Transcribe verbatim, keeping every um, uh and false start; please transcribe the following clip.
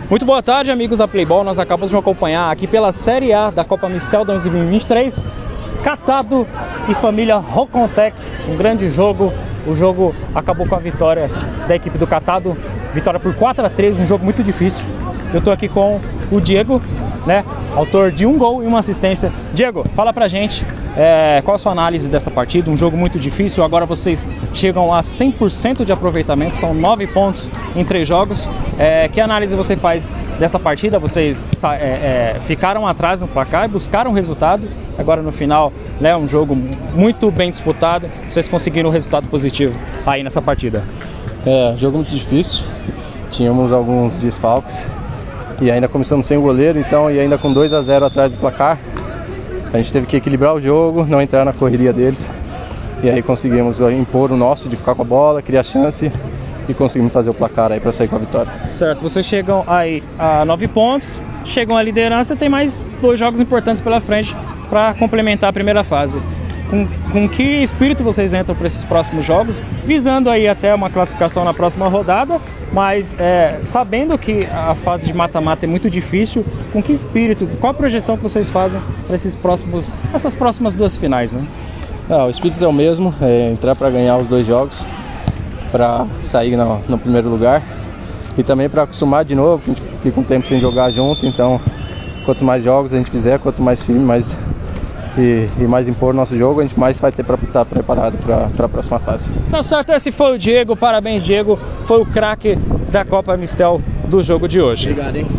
Muito boa tarde, amigos da Playball. Nós acabamos de acompanhar aqui pela Série A da Copa Mistel dois mil e vinte e três, Catado e família Rocontec, um grande jogo. O jogo acabou com a vitória da equipe do Catado, vitória por quatro a três, um jogo muito difícil. Eu estou aqui com o Diego, né, autor de um gol e uma assistência. Diego, fala pra gente é, qual a sua análise dessa partida, um jogo muito difícil. Agora vocês chegam a cem por cento de aproveitamento, são nove pontos em três jogos. É, que análise você faz dessa partida? Vocês é, é, ficaram atrás no placar e buscaram o resultado. Agora no final, né, um jogo muito bem disputado, vocês conseguiram um resultado positivo aí nessa partida. É, jogo muito difícil, tínhamos alguns desfalques e ainda começamos sem o goleiro, então, e ainda com dois a zero atrás do placar, a gente teve que equilibrar o jogo, não entrar na correria deles, e aí conseguimos impor o nosso de ficar com a bola, criar chance e conseguimos fazer o placar aí para sair com a vitória. Certo, vocês chegam aí a nove pontos, chegam à liderança, tem mais dois jogos importantes pela frente para complementar a primeira fase. Com, com que espírito vocês entram para esses próximos jogos, visando aí até uma classificação na próxima rodada, mas é, sabendo que a fase de mata-mata é muito difícil, com que espírito, qual a projeção que vocês fazem para esses próximos, essas próximas duas finais, né? Não, o espírito é o mesmo, é entrar para ganhar os dois jogos, para sair no, no primeiro lugar e também para acostumar de novo, que a gente fica um tempo sem jogar junto, então quanto mais jogos a gente fizer, quanto mais firme, mais E, e mais impor o nosso jogo, a gente mais vai ter para estar preparado para a próxima fase. Tá certo, esse foi o Diego, parabéns Diego, foi o craque da Copa Mistel do jogo de hoje. Obrigado, hein?